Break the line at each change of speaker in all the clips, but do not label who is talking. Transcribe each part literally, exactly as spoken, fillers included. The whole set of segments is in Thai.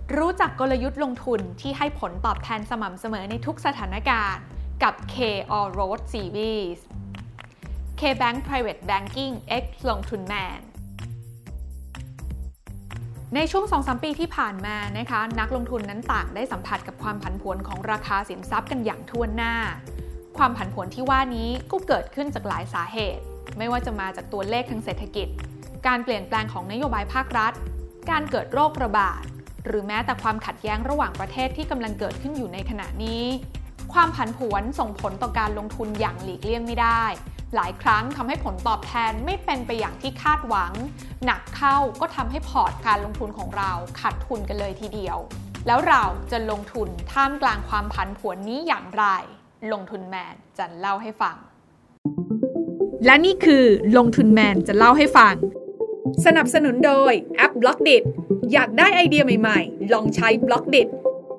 รู้จักกลยุทธ์ลงทุนที่ให้ผลตอบแทนสม่ำเสมอในทุกสถานการณ์กับ K All Road Series K-Bank Private Banking X ลงทุนแมนในช่วง สองถึงสาม ปีที่ผ่านมานะคะนักลงทุนนั้นต่างได้สัมผัสกับความผันผวนของราคาสินทรัพย์กันอย่างทั่วหน้าความผันผวนที่ว่านี้ก็เกิดขึ้นจากหลายสาเหตุไม่ว่าจะมาจากตัวเลขทางเศรษฐกิจการเปลี่ยนแปลงของนโยบายภาครัฐการเกิดโรคระบาดหรือแม้แต่ความขัดแย้งระหว่างประเทศที่กำลังเกิดขึ้นอยู่ในขณะนี้ความผันผวนส่งผลต่อการลงทุนอย่างหลีกเลี่ยงไม่ได้หลายครั้งทำให้ผลตอบแทนไม่เป็นไปอย่างที่คาดหวังหนักเข้าก็ทำให้พอร์ตการลงทุนของเราขาดทุนกันเลยทีเดียวแล้วเราจะลงทุนท่ามกลางความผันผวนนี้อย่างไรลงทุนแมนจะเล่าให้ฟังและนี่คือลงทุนแมนจะเล่าให้ฟังสนับสนุนโดยแอป Blockdit อยากได้ไอเดียใหม่ๆลองใช้ Blockdit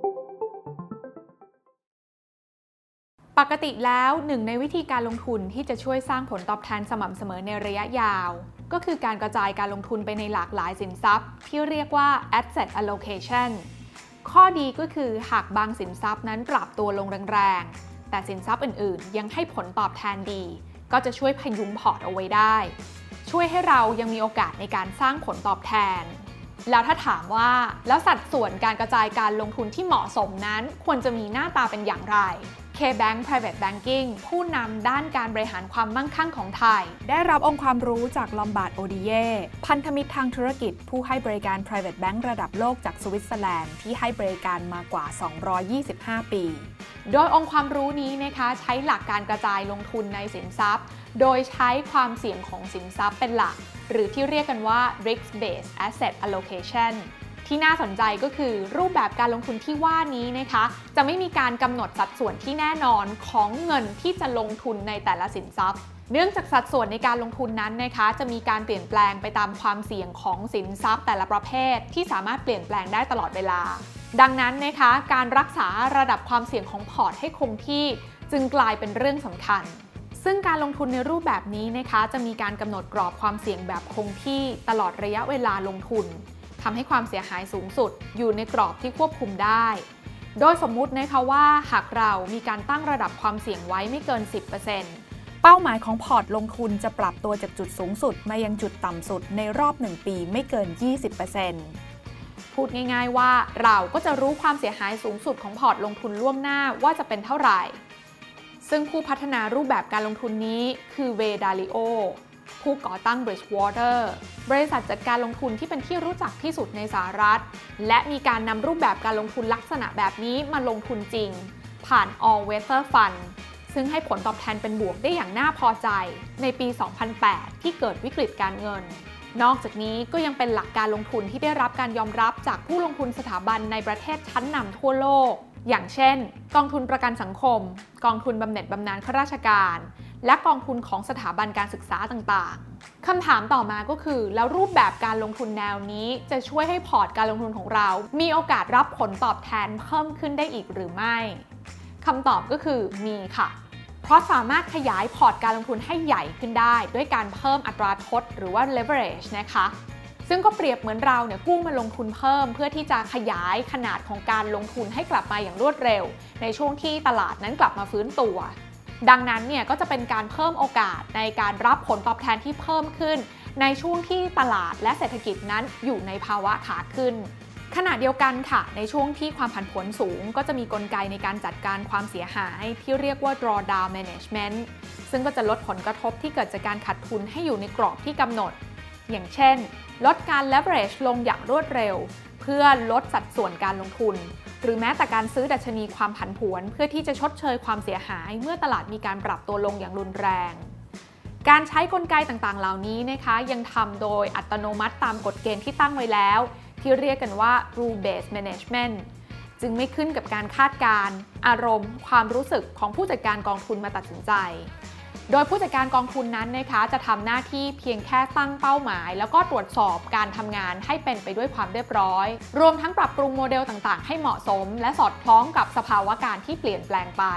ปกติแล้วหนึ่งในวิธีการลงทุนที่จะช่วยสร้างผลตอบแทนสม่ำเสมอในระยะยาวก็คือการกระจายการลงทุนไปในหลากหลายสินทรัพย์ที่เรียกว่า asset allocation ข้อดีก็คือหากบางสินทรัพย์นั้นปรับตัวลงแรงๆแต่สินทรัพย์อื่นๆยังให้ผลตอบแทนดีก็จะช่วยพยุงพอร์ตเอาไว้ได้ช่วยให้เรายังมีโอกาสในการสร้างผลตอบแทนแล้วถ้าถามว่าแล้วสัดส่วนการกระจายการลงทุนที่เหมาะสมนั้นควรจะมีหน้าตาเป็นอย่างไร K-Bank Private Banking ผู้นำด้านการบริหารความมั่งคั่งของไทยได้รับองค์ความรู้จากลอมบาร์ดโอดิเย่พันธมิตรทางธุรกิจผู้ให้บริการ Private Bank ระดับโลกจากสวิตเซอร์แลนด์ที่ให้บริการมากว่าสองร้อยยี่สิบห้าปีโดยองค์ความรู้นี้นะคะใช้หลักการกระจายลงทุนในสินทรัพย์โดยใช้ความเสี่ยงของสินทรัพย์เป็นหลักหรือที่เรียกกันว่า risk-based asset allocation ที่น่าสนใจก็คือรูปแบบการลงทุนที่ว่านี้นะคะจะไม่มีการกำหนดสัดส่วนที่แน่นอนของเงินที่จะลงทุนในแต่ละสินทรัพย์เนื่องจากสัดส่วนในการลงทุนนั้นนะคะจะมีการเปลี่ยนแปลงไปตามความเสี่ยงของสินทรัพย์แต่ละประเภทที่สามารถเปลี่ยนแปลงได้ตลอดเวลาดังนั้นนะคะการรักษาระดับความเสี่ยงของพอร์ตให้คงที่จึงกลายเป็นเรื่องสำคัญซึ่งการลงทุนในรูปแบบนี้นะคะจะมีการกำหนดกรอบความเสี่ยงแบบคงที่ตลอดระยะเวลาลงทุนทำให้ความเสียหายสูงสุดอยู่ในกรอบที่ควบคุมได้โดยสมมุตินะคะว่าหากเรามีการตั้งระดับความเสี่ยงไว้ไม่เกิน สิบเปอร์เซ็นต์ เป้าหมายของพอร์ตลงทุนจะปรับตัวจากจุดสูงสุดมายังจุดต่ำสุดในรอบหนึ่งปีไม่เกิน ยี่สิบเปอร์เซ็นต์ พูดง่ายๆว่าเราก็จะรู้ความเสียหายสูงสุดของพอร์ตลงทุนล่วงหน้าว่าจะเป็นเท่าไหร่ซึ่งผู้พัฒนารูปแบบการลงทุนนี้คือเวดาลิโอผู้ก่อตั้ง Bridgewater บริษัทจัดการลงทุนที่เป็นที่รู้จักที่สุดในสหรัฐและมีการนำรูปแบบการลงทุนลักษณะแบบนี้มาลงทุนจริงผ่าน All Weather Fund ซึ่งให้ผลตอบแทนเป็นบวกได้อย่างน่าพอใจในปี สองพันแปด ที่เกิดวิกฤตการเงินนอกจากนี้ก็ยังเป็นหลักการลงทุนที่ได้รับการยอมรับจากผู้ลงทุนสถาบันในประเทศชั้นนำทั่วโลกอย่างเช่นกองทุนประกันสังคมกองทุนบำเหน็จบำนาญข้าราชการและกองทุนของสถาบันการศึกษาต่างๆคำถามต่อมาก็คือแล้วรูปแบบการลงทุนแนวนี้จะช่วยให้พอร์ตการลงทุนของเรามีโอกาสรับผลตอบแทนเพิ่มขึ้นได้อีกหรือไม่คำตอบก็คือมีค่ะเพราะสามารถขยายพอร์ตการลงทุนให้ใหญ่ขึ้นได้ด้วยการเพิ่มอัตราทดหรือว่า leverage นะคะซึ่งก็เปรียบเหมือนเราเนี่ยกู้มาลงทุนเพิ่มเพื่อที่จะขยายขนาดของการลงทุนให้กลับมาอย่างรวดเร็วในช่วงที่ตลาดนั้นกลับมาฟื้นตัวดังนั้นเนี่ยก็จะเป็นการเพิ่มโอกาสในการรับผลตอบแทนที่เพิ่มขึ้นในช่วงที่ตลาดและเศรษฐกิจนั้นอยู่ในภาวะขาขึ้นขณะเดียวกันค่ะในช่วงที่ความผันผวนสูงก็จะมีกลไกในการจัดการความเสียหายที่เรียกว่า drawdown management ซึ่งก็จะลดผลกระทบที่เกิดจากการขาดทุนให้อยู่ในกรอบที่กำหนดอย่างเช่นลดการ leverage ลงอย่างรวดเร็วเพื่อลดสัดส่วนการลงทุนหรือแม้แต่การซื้อดัชนีความผันผวนเพื่อที่จะชดเชยความเสียหายเมื่อตลาดมีการปรับตัวลงอย่างรุนแรงการใช้กลไกต่างๆเหล่านี้นะคะยังทำโดยอัตโนมัติตามกฎเกณฑ์ที่ตั้งไว้แล้วที่เรียกกันว่า rule based management จึงไม่ขึ้นกับการคาดการณ์อารมณ์ความรู้สึกของผู้จัดการกองทุนมาตัดสินใจโดยผู้จัดการกองทุนนั้นนะคะจะทำหน้าที่เพียงแค่ตั้งเป้าหมายแล้วก็ตรวจสอบการทำงานให้เป็นไปด้วยความเรียบร้อยรวมทั้งปรับปรุงโมเดลต่างๆให้เหมาะสมและสอดคล้องกับสภาวะการที่เปลี่ยนแปลงไป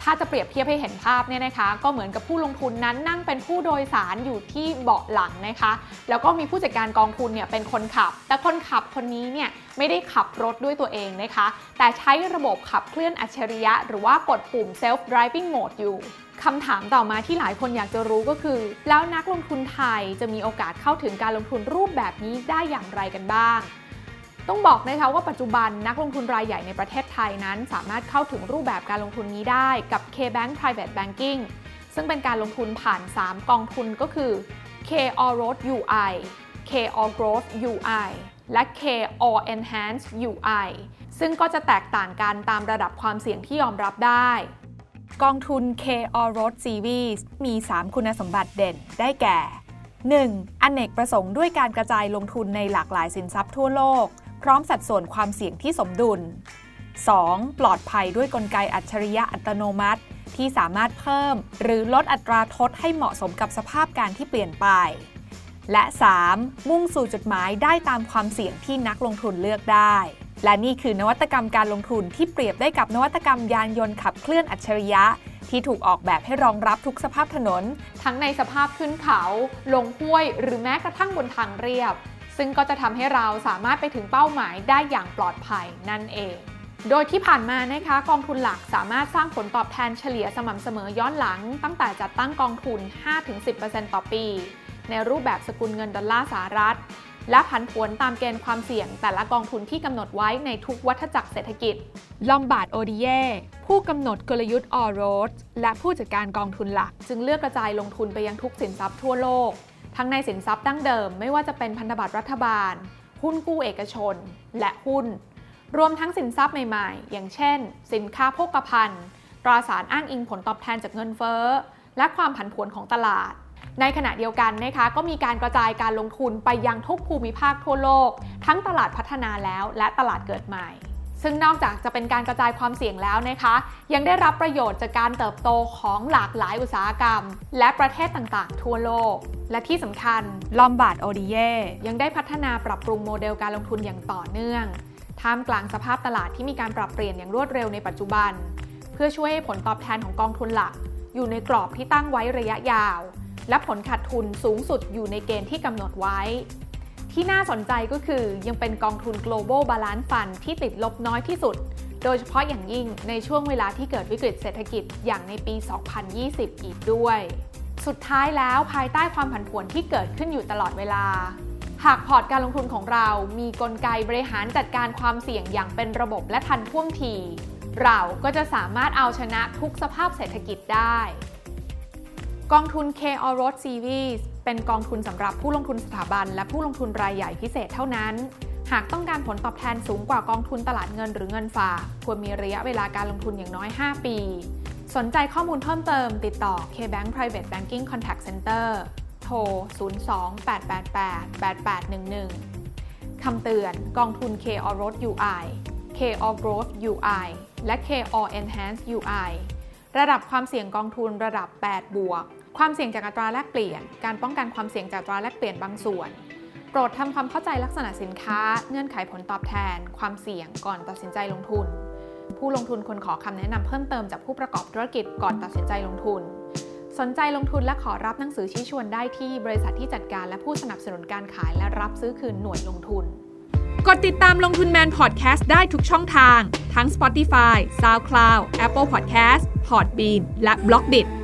ถ้าจะเปรียบเทียบให้เห็นภาพเนี่ยนะคะก็เหมือนกับผู้ลงทุนนั้นนั่งเป็นผู้โดยสารอยู่ที่เบาะหลังนะคะแล้วก็มีผู้จัดการกองทุนเนี่ยเป็นคนขับแต่คนขับคนนี้เนี่ยไม่ได้ขับรถด้วยตัวเองนะคะแต่ใช้ระบบขับเคลื่อนอัจฉริยะหรือว่ากดปุ่ม self driving mode อยู่คำถามต่อมาที่หลายคนอยากจะรู้ก็คือแล้วนักลงทุนไทยจะมีโอกาสเข้าถึงการลงทุนรูปแบบนี้ได้อย่างไรกันบ้างต้องบอกนะคะว่าปัจจุบันนักลงทุนรายใหญ่ในประเทศไทยนั้นสามารถเข้าถึงรูปแบบการลงทุนนี้ได้กับ K-Bank Private Banking ซึ่งเป็นการลงทุนผ่านสามกองทุนก็คือ K All Road ยู ไอ K All Growth ยู ไอ และ K All Enhance ยู ไอ ซึ่งก็จะแตกต่างกันตามระดับความเสี่ยงที่ยอมรับได้กองทุน K All Road Series มี สาม คุณสมบัติเด่นได้แก่ หนึ่ง อเนกประสงค์ด้วยการกระจายลงทุนในหลากหลายสินทรัพย์ทั่วโลกพร้อมสัดส่วนความเสี่ยงที่สมดุล สอง ปลอดภัยด้วยกลไกอัจฉริยะอัตโนมัติที่สามารถเพิ่มหรือลดอัตราทดให้เหมาะสมกับสภาพการที่เปลี่ยนไปและ สาม มุ่งสู่จุดหมายได้ตามความเสี่ยงที่นักลงทุนเลือกได้และนี่คือนวัตกรรมการลงทุนที่เปรียบได้กับนวัตกรรมยานยนต์ขับเคลื่อนอัจฉริยะที่ถูกออกแบบให้รองรับทุกสภาพถนนทั้งในสภาพขึ้นเขาลงห้วยหรือแม้กระทั่งบนทางเรียบซึ่งก็จะทำให้เราสามารถไปถึงเป้าหมายได้อย่างปลอดภัยนั่นเองโดยที่ผ่านมานะคะกองทุนหลักสามารถสร้างผลตอบแทนเฉลี่ยสม่ำเสมอย้อนหลังตั้งแต่จัดตั้งกองทุน ห้าถึงสิบเปอร์เซ็นต์ ต่อปีในรูปแบบสกุลเงินดอลลาร์สหรัฐและผันผวนตามเกณฑ์ความเสี่ยงแต่ละกองทุนที่กำหนดไว้ในทุกวัฏจักรเศรษฐกิจลอมบาร์ด โอ ดี เอ ผู้กำหนดกลยุทธ์ All Roads และผู้จัดการกองทุนหลักจึงเลือกกระจายลงทุนไปยังทุกสินทรัพย์ทั่วโลกทั้งในสินทรัพย์ดั้งเดิมไม่ว่าจะเป็นพันธบัตรรัฐบาลหุ้นกู้เอกชนและหุ้นรวมทั้งสินทรัพย์ใหม่ๆอย่างเช่นสินค้าโภคภัณฑ์ตราสารอ้างอิงผลตอบแทนจากเงินเฟ้อและความผันผวนของตลาดในขณะเดียวกันนะคะก็มีการกระจายการลงทุนไปยังทุกภูมิภาคทั่วโลกทั้งตลาดพัฒนาแล้วและตลาดเกิดใหม่ซึ่งนอกจากจะเป็นการกระจายความเสี่ยงแล้วนะคะยังได้รับประโยชน์จากการเติบโตของหลากหลายอุตสาหกรรมและประเทศต่างๆทั่วโลกและที่สำคัญลอมบาร์ด โอ ดี เอ ยังได้พัฒนาปรับปรุงโมเดลการลงทุนอย่างต่อเนื่องท่ามกลางสภาพตลาดที่มีการปรับเปลี่ยนอย่างรวดเร็วในปัจจุบันเพื่อช่วยให้ผลตอบแทนของกองทุนหลักอยู่ในกรอบที่ตั้งไว้ระยะยาวและผลขาดทุนสูงสุดอยู่ในเกณฑ์ที่กำหนดไว้ที่น่าสนใจก็คือยังเป็นกองทุน Global Balance Fund ที่ติดลบน้อยที่สุดโดยเฉพาะอย่างยิ่งในช่วงเวลาที่เกิดวิกฤตเศรษฐกิจอย่างในปี สองพันยี่สิบ อีกด้วยสุดท้ายแล้วภายใต้ความผันผวนที่เกิดขึ้นอยู่ตลอดเวลาหากพอร์ตการลงทุนของเรามีกลไกบริหารจัดการความเสี่ยงอย่างเป็นระบบและทันท่วงทีเราก็จะสามารถเอาชนะทุกสภาพเศรษฐกิจได้กองทุน K All Road Series เป็นกองทุนสำหรับผู้ลงทุนสถาบันและผู้ลงทุนรายใหญ่พิเศษเท่านั้นหากต้องการผลตอบแทนสูงกว่ากองทุนตลาดเงินหรือเงินฝากควรมีระยะเวลาการลงทุนอย่างน้อยห้าปีสนใจข้อมูลเพิ่มเติมติดต่อ K-Bank Private Banking Contact Center โทร ศูนย์ สอง แปด แปด แปด แปด แปด หนึ่ง หนึ่ง คำเตือนกองทุน K All Road ยู ไอ K All Growth ยู ไอ และ K All Enhance ยู ไอ ระดับความเสี่ยงกองทุนระดับ แปด บวกความเสี่ยงจากอัตราแลกเปลี่ยนการป้องกันความเสี่ยงจากอัตราแลกเปลี่ยนบางส่วนโปรดทำความเข้าใจลักษณะสินค้าเงื่อนไขผลตอบแทนความเสี่ยงก่อนตัดสินใจลงทุนผู้ลงทุนควรขอคำแนะนำเพิ่มเติมจากผู้ประกอบธุรกิจก่อนตัดสินใจลงทุนสนใจลงทุนและขอรับหนังสือชี้ชวนได้ที่บริษัทที่จัดการและผู้สนับสนุนการขายและรับซื้อคืนหน่วยลงทุนกดติดตามลงทุนแมนพอดแคสต์ได้ทุกช่องทางทั้ง Spotify, SoundCloud, Apple Podcast, Podbean และ บล็อกดิท